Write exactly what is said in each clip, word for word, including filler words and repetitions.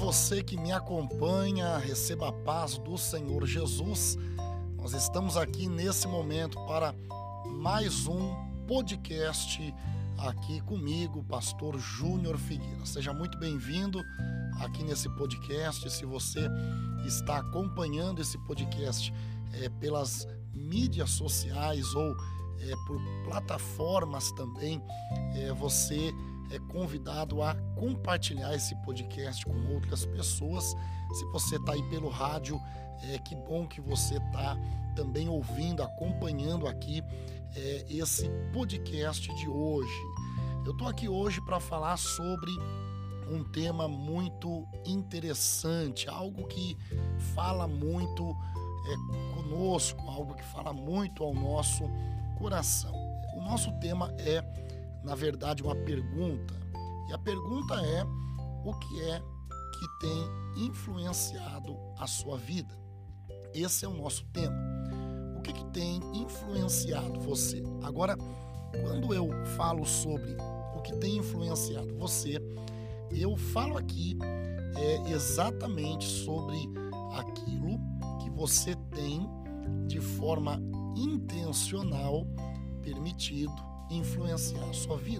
você que me acompanha, receba a paz do Senhor Jesus. Nós estamos aqui nesse momento para mais um podcast aqui comigo, Pastor Júnior Figueira. Seja muito bem-vindo aqui nesse podcast. Se você está acompanhando esse podcast é, pelas mídias sociais ou é, por plataformas também, é, você é convidado a compartilhar esse podcast com outras pessoas. Se você está aí pelo rádio, é, que bom que você está também ouvindo, acompanhando aqui é, esse podcast de hoje. Eu estou aqui hoje para falar sobre um tema muito interessante, algo que fala muito é, conosco, algo que fala muito ao nosso coração. O nosso tema é, na verdade, uma pergunta. E a pergunta é: o que é que tem influenciado a sua vida? Esse é o nosso tema. O que, que tem influenciado você? Agora, quando eu falo sobre o que tem influenciado você, eu falo aqui é, exatamente sobre aquilo que você tem de forma intencional permitido influenciar a sua vida.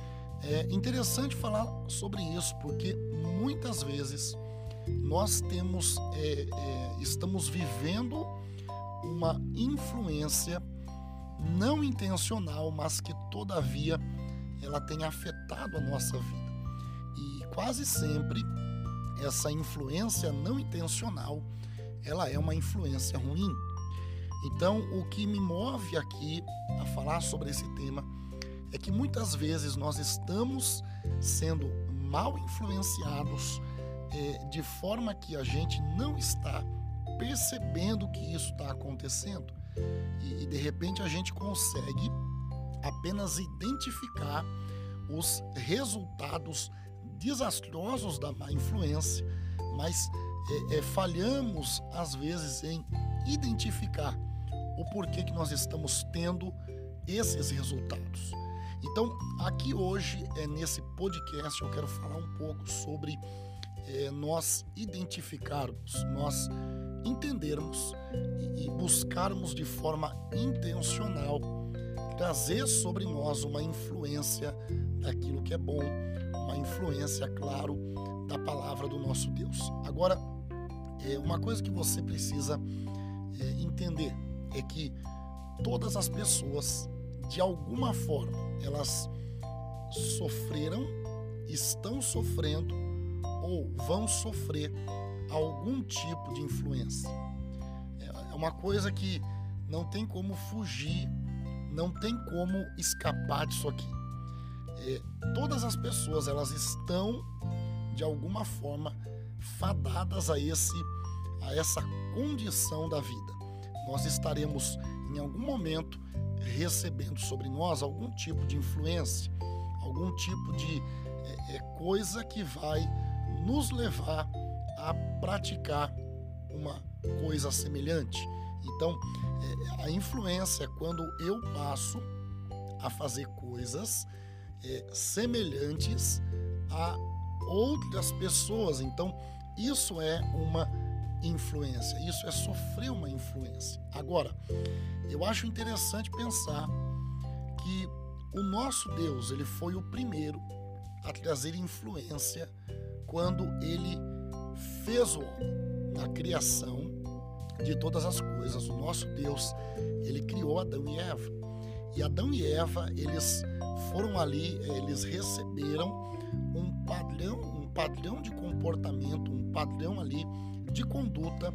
É interessante falar sobre isso porque muitas vezes nós temos, é, é, estamos vivendo uma influência não intencional, mas que todavia ela tem afetado a nossa vida. E quase sempre essa influência não intencional, ela é uma influência ruim. Então, o que me move aqui a falar sobre esse tema é que muitas vezes nós estamos sendo mal influenciados é, de forma que a gente não está percebendo que isso está acontecendo. E, e de repente a gente consegue apenas identificar os resultados desastrosos da má influência, mas é, é, falhamos às vezes em identificar o porquê que nós estamos tendo esses resultados. Então, aqui hoje, é, nesse podcast, eu quero falar um pouco sobre é, nós identificarmos, nós entendermos e, e buscarmos de forma intencional trazer sobre nós uma influência daquilo que é bom, uma influência, claro, da palavra do nosso Deus. Agora, é, uma coisa que você precisa é, entender é que todas as pessoas, de alguma forma, elas sofreram, estão sofrendo ou vão sofrer algum tipo de influência. É uma coisa que não tem como fugir, não tem como escapar disso aqui. É, todas as pessoas, elas estão, de alguma forma, fadadas a, esse, a essa condição da vida. Nós estaremos, em algum momento, recebendo sobre nós algum tipo de influência, algum tipo de é, é, coisa que vai nos levar a praticar uma coisa semelhante. Então, é, a influência é quando eu passo a fazer coisas é, semelhantes a outras pessoas. Então, isso é uma influência, isso é sofrer uma influência. Agora, eu acho interessante pensar que o nosso Deus, ele foi o primeiro a trazer influência quando ele fez o homem na criação de todas as coisas. O nosso Deus, ele criou Adão e Eva. E Adão e Eva, eles foram ali, eles receberam um padrão, um padrão de comportamento, um padrão ali de conduta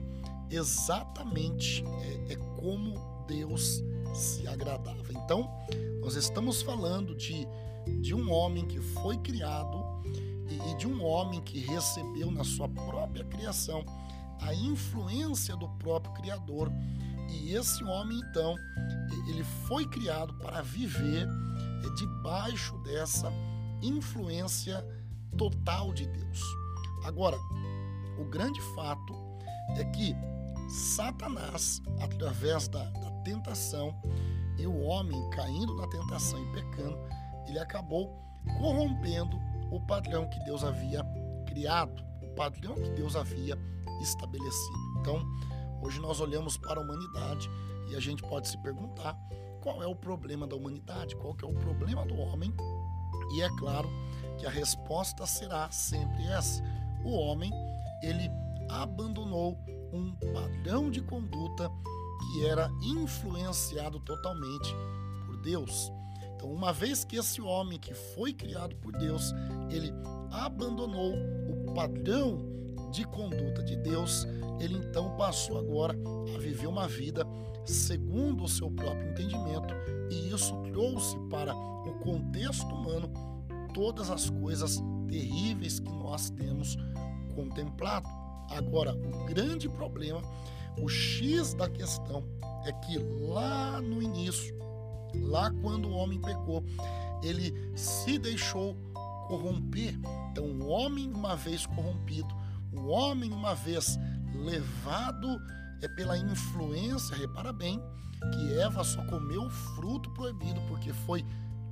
exatamente é, é como Deus se agradava. Então, nós estamos falando de, de um homem que foi criado e, e de um homem que recebeu na sua própria criação a influência do próprio Criador. E esse homem, então, ele foi criado para viver é, debaixo dessa influência total de Deus. Agora, o grande fato é que Satanás, através da, da tentação, e o homem caindo na tentação e pecando, ele acabou corrompendo o padrão que Deus havia criado, o padrão que Deus havia estabelecido. Então, hoje nós olhamos para a humanidade e a gente pode se perguntar qual é o problema da humanidade, qual que é o problema do homem, e é claro que a resposta será sempre essa. O homem, ele abandonou um padrão de conduta que era influenciado totalmente por Deus. Então, uma vez que esse homem que foi criado por Deus, ele abandonou o padrão de conduta de Deus, ele então passou agora a viver uma vida segundo o seu próprio entendimento, e isso trouxe para o contexto humano todas as coisas terríveis que nós temos contemplado. Agora, o grande problema, o X da questão, é que lá no início, lá quando o homem pecou, ele se deixou corromper. Então, o homem, uma vez corrompido, o homem, uma vez levado é pela influência, repara bem, que Eva só comeu o fruto proibido porque foi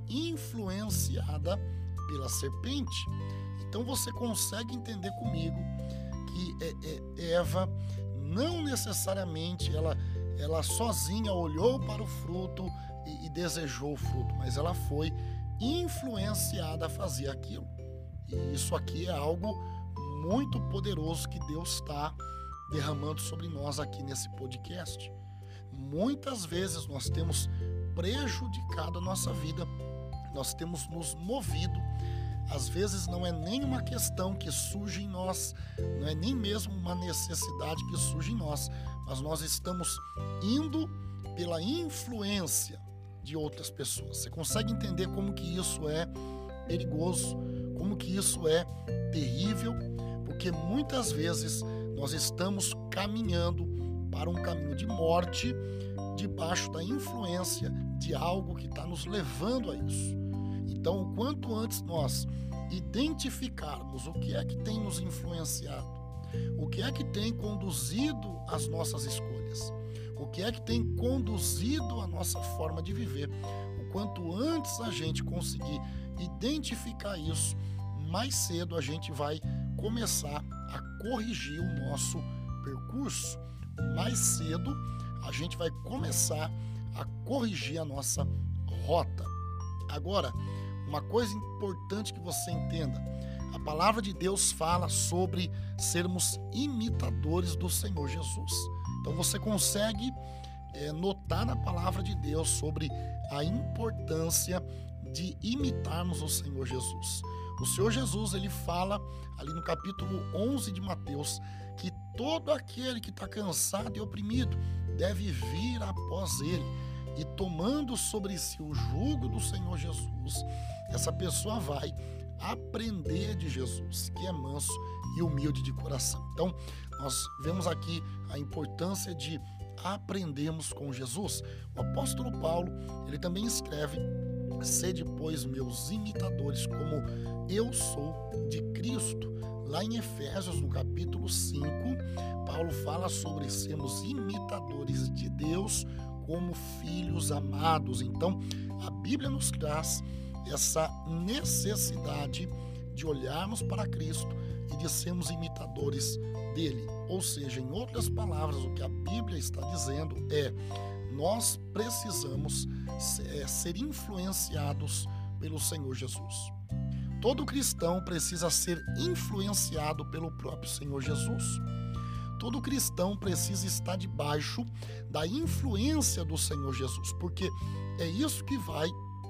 influenciada pela serpente. Então, você consegue entender comigo que é, é, Eva não necessariamente ela, ela sozinha olhou para o fruto e, e desejou o fruto, mas ela foi influenciada a fazer aquilo. E isso aqui é algo muito poderoso que Deus está derramando sobre nós aqui nesse podcast. Muitas vezes nós temos prejudicado a nossa vida, nós temos nos movido. Às vezes não é nem uma questão que surge em nós, não é nem mesmo uma necessidade que surge em nós, mas nós estamos indo pela influência de outras pessoas. Você consegue entender como que isso é perigoso, como que isso é terrível? Porque muitas vezes nós estamos caminhando para um caminho de morte debaixo da influência de algo que está nos levando a isso. Então, o quanto antes nós identificarmos o que é que tem nos influenciado, o que é que tem conduzido as nossas escolhas, o que é que tem conduzido a nossa forma de viver, o quanto antes a gente conseguir identificar isso, mais cedo a gente vai começar a corrigir o nosso percurso. Mais cedo a gente vai começar a corrigir a nossa rota. Agora, uma coisa importante que você entenda, a palavra de Deus fala sobre sermos imitadores do Senhor Jesus. Então você consegue é, notar na palavra de Deus sobre a importância de imitarmos o Senhor Jesus. O Senhor Jesus, ele fala ali no capítulo onze de Mateus que todo aquele que está cansado e oprimido deve vir após ele, e tomando sobre si o jugo do Senhor Jesus, essa pessoa vai aprender de Jesus, que é manso e humilde de coração. Então, nós vemos aqui a importância de aprendermos com Jesus. O apóstolo Paulo, ele também escreve: sede, pois, meus imitadores, como eu sou de Cristo. Lá em Efésios, no capítulo cinco, Paulo fala sobre sermos imitadores de Deus como filhos amados. Então, a Bíblia nos traz essa necessidade de olharmos para Cristo e de sermos imitadores dele. Ou seja, em outras palavras, o que a Bíblia está dizendo é: nós precisamos ser influenciados pelo Senhor Jesus. Todo cristão precisa ser influenciado pelo próprio Senhor Jesus. Todo cristão precisa estar debaixo da influência do Senhor Jesus, porque é isso que vai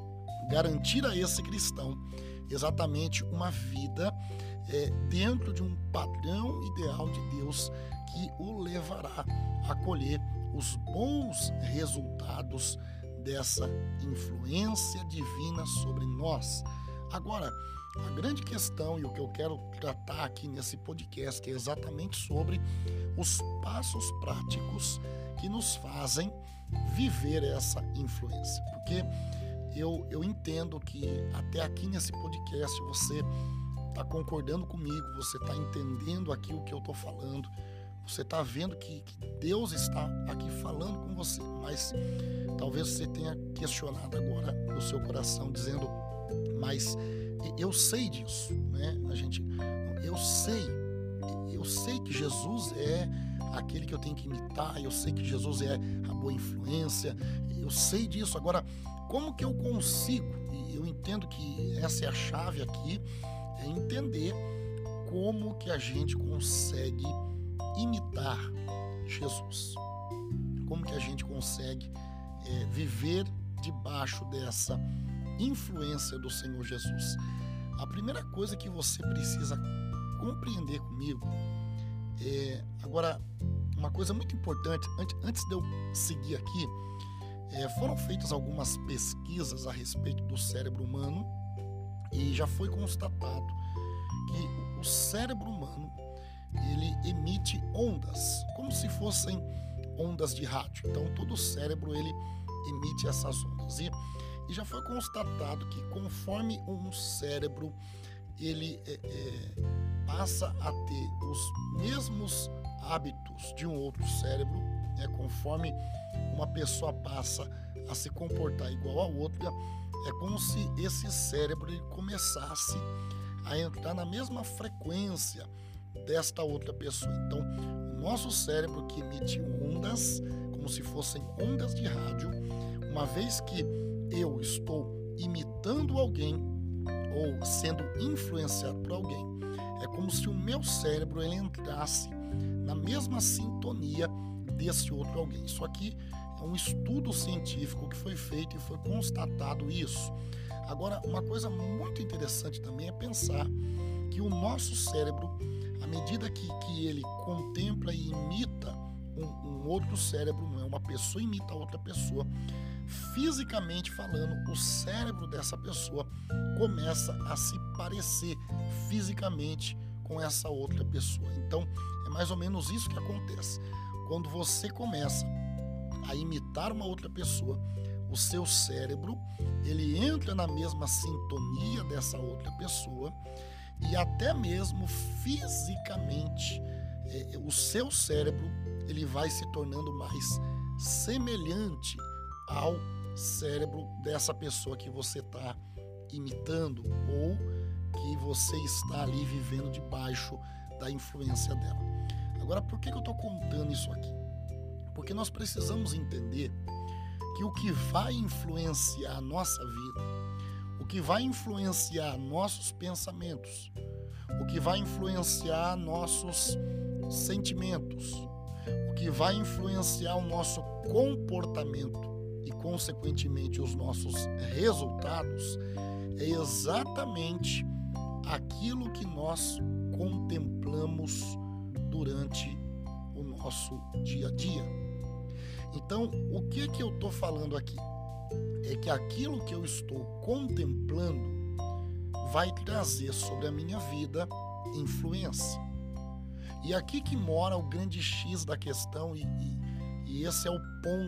garantir a esse cristão exatamente uma vida é, dentro de um padrão ideal de Deus que o levará a colher os bons resultados dessa influência divina sobre nós. Agora, a grande questão e o que eu quero tratar aqui nesse podcast é exatamente sobre os passos práticos que nos fazem viver essa influência. Porque eu, eu entendo que até aqui nesse podcast você está concordando comigo, você está entendendo aqui o que eu estou falando, você está vendo que, que Deus está aqui falando com você, mas talvez você tenha questionado agora no seu coração, dizendo: mas eu sei disso, né? A gente, eu sei, eu sei que Jesus é aquele que eu tenho que imitar, eu sei que Jesus é a boa influência, eu sei disso. Agora, como que eu consigo, e eu entendo que essa é a chave aqui, é entender como que a gente consegue imitar Jesus. Como que a gente consegue é, viver debaixo dessa influência do Senhor Jesus. A primeira coisa que você precisa compreender comigo é, agora, uma coisa muito importante, antes de eu seguir aqui, é, foram feitas algumas pesquisas a respeito do cérebro humano e já foi constatado que o cérebro humano, ele emite ondas, como se fossem ondas de rádio. Então, todo o cérebro, ele emite essas ondas. E, e já foi constatado que conforme um cérebro, ele é, é, passa a ter os mesmos hábitos de um outro cérebro, né, conforme uma pessoa passa a se comportar igual a outra, é como se esse cérebro ele começasse a entrar na mesma frequência desta outra pessoa. Então, o nosso cérebro que emite ondas, como se fossem ondas de rádio, uma vez que eu estou imitando alguém ou sendo influenciado por alguém, é como se o meu cérebro ele entrasse na mesma sintonia desse outro alguém. Isso aqui é um estudo científico que foi feito e foi constatado isso. Agora, uma coisa muito interessante também é pensar que o nosso cérebro, à medida que, que ele contempla e imita um, um outro cérebro, não é? Uma pessoa imita outra pessoa, fisicamente falando, o cérebro dessa pessoa começa a se parecer fisicamente com essa outra pessoa. Então, é mais ou menos isso que acontece. Quando você começa a imitar uma outra pessoa, o seu cérebro, ele entra na mesma sintonia dessa outra pessoa e até mesmo fisicamente, é, o seu cérebro, ele vai se tornando mais semelhante ao cérebro dessa pessoa que você está imitando ou que você está ali vivendo debaixo da influência dela. Agora, por que eu estou contando isso aqui? Porque nós precisamos entender que o que vai influenciar a nossa vida, o que vai influenciar nossos pensamentos, o que vai influenciar nossos sentimentos, o que vai influenciar o nosso comportamento e, consequentemente, os nossos resultados, é exatamente aquilo que nós contemplamos durante o nosso dia a dia. Então, o que que eu estou falando aqui? É que aquilo que eu estou contemplando vai trazer sobre a minha vida influência. E aqui que mora o grande X da questão, e, e, e esse é o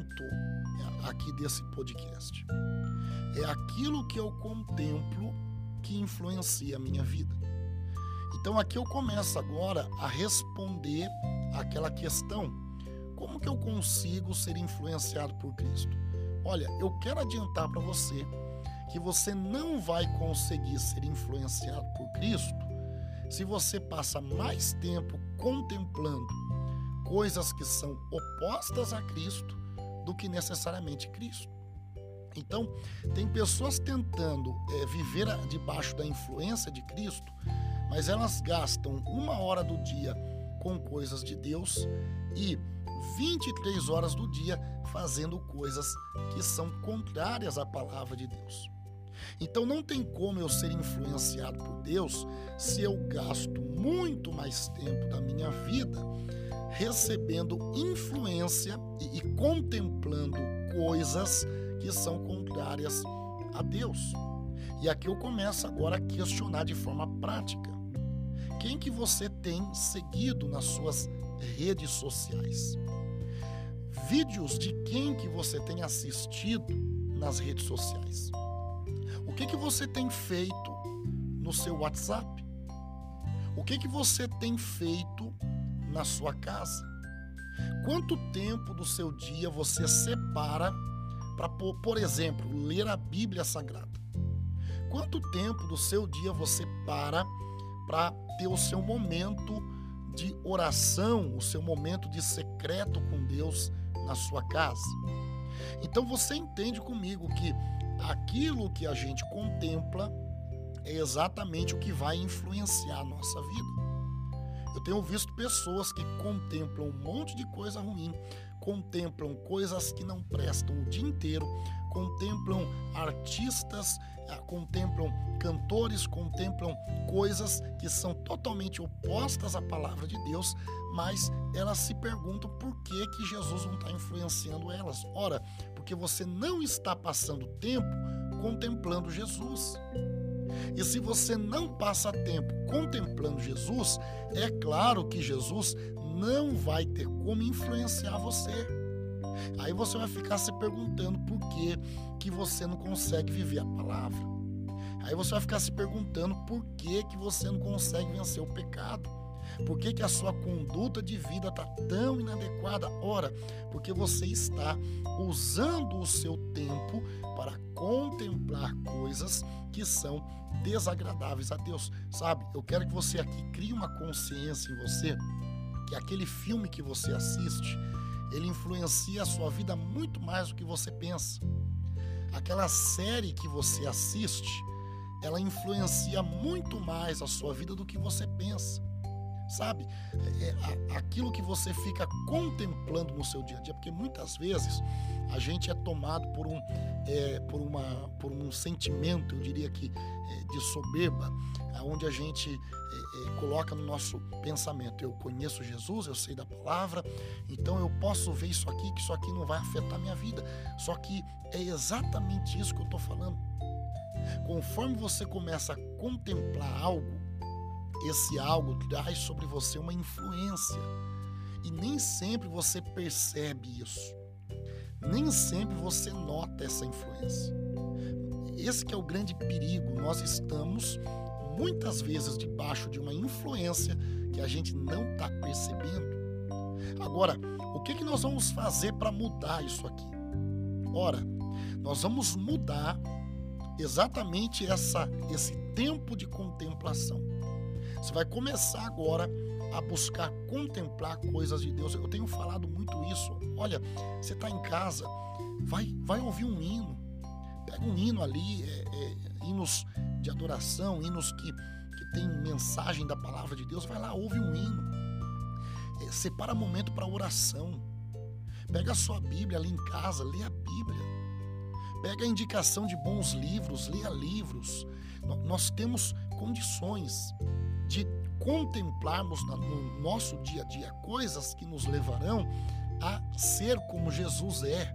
ponto aqui desse podcast. É aquilo que eu contemplo que influencia a minha vida. Então aqui eu começo agora a responder aquela questão: como que eu consigo ser influenciado por Cristo? Olha, eu quero adiantar para você que você não vai conseguir ser influenciado por Cristo se você passa mais tempo contemplando coisas que são opostas a Cristo do que necessariamente Cristo. Então, tem pessoas tentando é, viver debaixo da influência de Cristo, mas elas gastam uma hora do dia com coisas de Deus e vinte e três horas do dia fazendo coisas que são contrárias à palavra de Deus. Então não tem como eu ser influenciado por Deus se eu gasto muito mais tempo da minha vida recebendo influência e, e contemplando coisas que são contrárias a Deus. E aqui eu começo agora a questionar de forma prática: quem que você tem seguido nas suas redes sociais? Vídeos de quem que você tem assistido nas redes sociais? O que que você tem feito no seu WhatsApp? O que que você tem feito na sua casa? Quanto tempo do seu dia você separa para, por exemplo, ler a Bíblia Sagrada? Quanto tempo do seu dia você para para ter o seu momento de oração, o seu momento de secreto com Deus na sua casa. Então você entende comigo que aquilo que a gente contempla é exatamente o que vai influenciar a nossa vida. Eu tenho visto pessoas que contemplam um monte de coisa ruim, contemplam coisas que não prestam o dia inteiro, contemplam artistas, contemplam cantores, contemplam coisas que são totalmente opostas à palavra de Deus, mas elas se perguntam por que que Jesus não está influenciando elas. Ora, porque você não está passando tempo contemplando Jesus. E se você não passa tempo contemplando Jesus, é claro que Jesus não vai ter como influenciar você. Aí você vai ficar se perguntando por que que você não consegue viver a palavra. Aí você vai ficar se perguntando por que que você não consegue vencer o pecado. Por que que a sua conduta de vida está tão inadequada? Ora, porque você está usando o seu tempo para contemplar coisas que são desagradáveis a Deus. Sabe, eu quero que você aqui crie uma consciência em você que aquele filme que você assiste, ele influencia a sua vida muito mais do que você pensa. Aquela série que você assiste, ela influencia muito mais a sua vida do que você pensa. Sabe, é aquilo que você fica contemplando no seu dia a dia, porque muitas vezes a gente é tomado por um, é, por uma, por um sentimento, eu diria que é, de soberba, onde a gente é, é, coloca no nosso pensamento: eu conheço Jesus, eu sei da palavra, então eu posso ver isso aqui, que isso aqui não vai afetar a minha vida. Só que é exatamente isso que eu estou falando. Conforme você começa a contemplar algo, esse algo traz sobre você uma influência. E nem sempre você percebe isso. Nem sempre você nota essa influência. Esse que é o grande perigo. Nós estamos muitas vezes debaixo de uma influência que a gente não está percebendo. Agora, o que, que nós vamos fazer para mudar isso aqui? Ora, nós vamos mudar exatamente essa, esse tempo de contemplação. Você vai começar agora a buscar contemplar coisas de Deus. Eu tenho falado muito isso. Olha, você está em casa, vai, vai ouvir um hino. Pega um hino ali, é, é, hinos de adoração, hinos que, que tem mensagem da palavra de Deus. Vai lá, ouve um hino. É, separa momento para oração. Pega a sua Bíblia ali em casa, lê a Bíblia. Pega a indicação de bons livros, leia livros. Nós temos condições de contemplarmos no nosso dia a dia coisas que nos levarão a ser como Jesus é.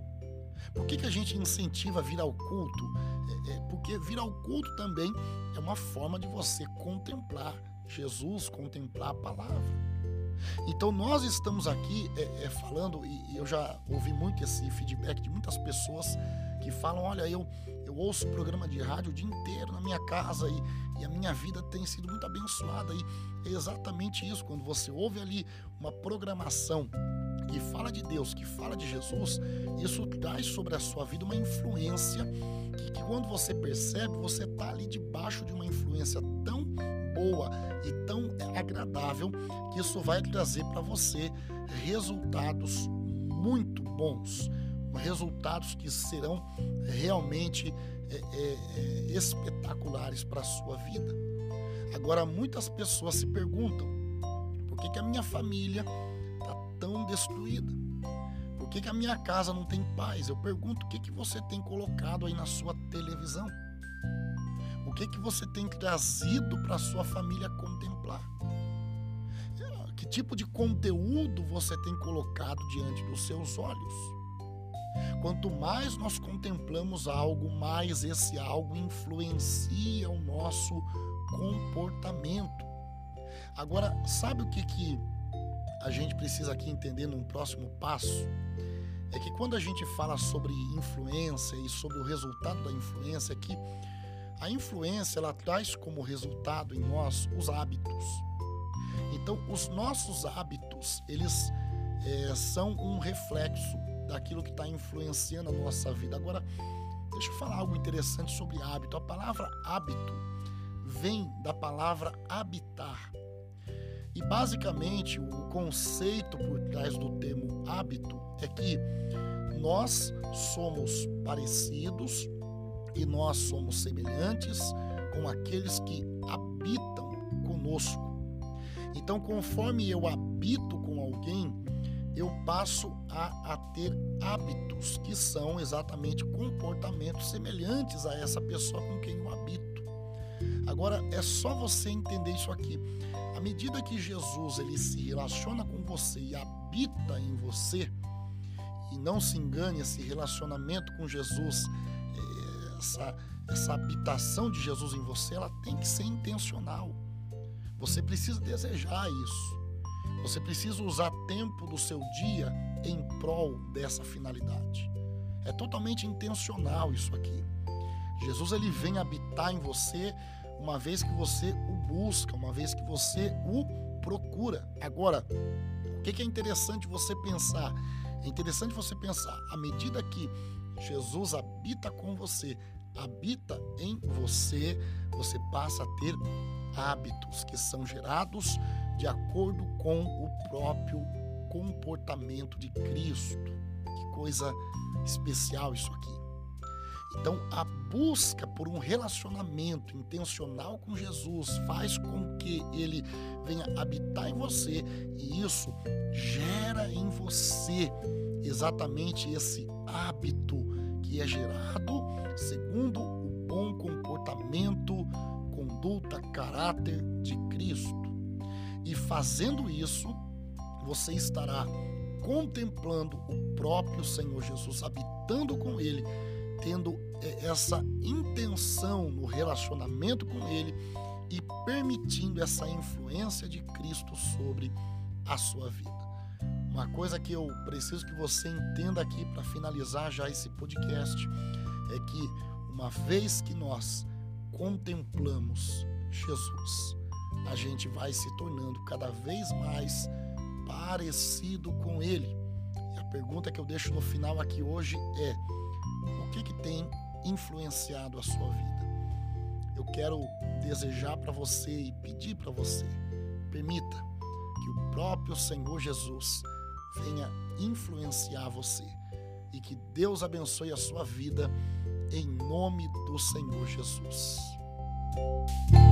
Por que que a gente incentiva a vir ao culto? É, é porque vir ao culto também é uma forma de você contemplar Jesus, contemplar a palavra. Então nós estamos aqui é, é, falando, e, e eu já ouvi muito esse feedback de muitas pessoas que falam: olha, eu, eu ouço o programa de rádio o dia inteiro na minha casa e, e a minha vida tem sido muito abençoada. E é exatamente isso. Quando você ouve ali uma programação que fala de Deus, que fala de Jesus, isso traz sobre a sua vida uma influência que, que quando você percebe, você está ali debaixo de uma influência tão boa e tão agradável que isso vai trazer para você resultados muito bons, resultados que serão realmente é, é, é, espetaculares para a sua vida. Agora, muitas pessoas se perguntam: por que que a minha família está tão destruída? Por que que a minha casa não tem paz? Eu pergunto: o que que você tem colocado aí na sua televisão? O que que você tem trazido para a sua família contemplar? Que tipo de conteúdo você tem colocado diante dos seus olhos? Quanto mais nós contemplamos algo, mais esse algo influencia o nosso comportamento. Agora, sabe o que que a gente precisa aqui entender num próximo passo? É que quando a gente fala sobre influência e sobre o resultado da influência, é que a influência, ela traz como resultado em nós os hábitos. Então, os nossos hábitos, eles é, são um reflexo daquilo que está influenciando a nossa vida. Agora, deixa eu falar algo interessante sobre hábito. A palavra hábito vem da palavra habitar. E basicamente o conceito por trás do termo hábito é que nós somos parecidos e nós somos semelhantes com aqueles que habitam conosco. Então, conforme eu habito com alguém, eu passo a, a ter hábitos que são exatamente comportamentos semelhantes a essa pessoa com quem eu habito. Agora, é só você entender isso aqui. À medida que Jesus ele se relaciona com você e habita em você, e não se engane, esse relacionamento com Jesus, essa, essa habitação de Jesus em você, ela tem que ser intencional. Você precisa desejar isso. Você precisa usar tempo do seu dia em prol dessa finalidade. É totalmente intencional isso aqui. Jesus ele vem habitar em você uma vez que você o busca, uma vez que você o procura. Agora, o que é interessante você pensar? É interessante você pensar, à medida que Jesus habita com você, habita em você, você passa a ter hábitos que são gerados de acordo com o próprio comportamento de Cristo. Que coisa especial isso aqui. Então, a busca por um relacionamento intencional com Jesus faz com que ele venha habitar em você e isso gera em você exatamente esse hábito que é gerado segundo o bom comportamento, conduta, caráter de Cristo. E fazendo isso, você estará contemplando o próprio Senhor Jesus, habitando com ele, tendo essa intenção no relacionamento com ele e permitindo essa influência de Cristo sobre a sua vida. Uma coisa que eu preciso que você entenda aqui para finalizar já esse podcast é que uma vez que nós contemplamos Jesus, a gente vai se tornando cada vez mais parecido com ele. E a pergunta que eu deixo no final aqui hoje é: o que que tem influenciado a sua vida? Eu quero desejar para você e pedir para você, permita que o próprio Senhor Jesus venha influenciar você e que Deus abençoe a sua vida em nome do Senhor Jesus.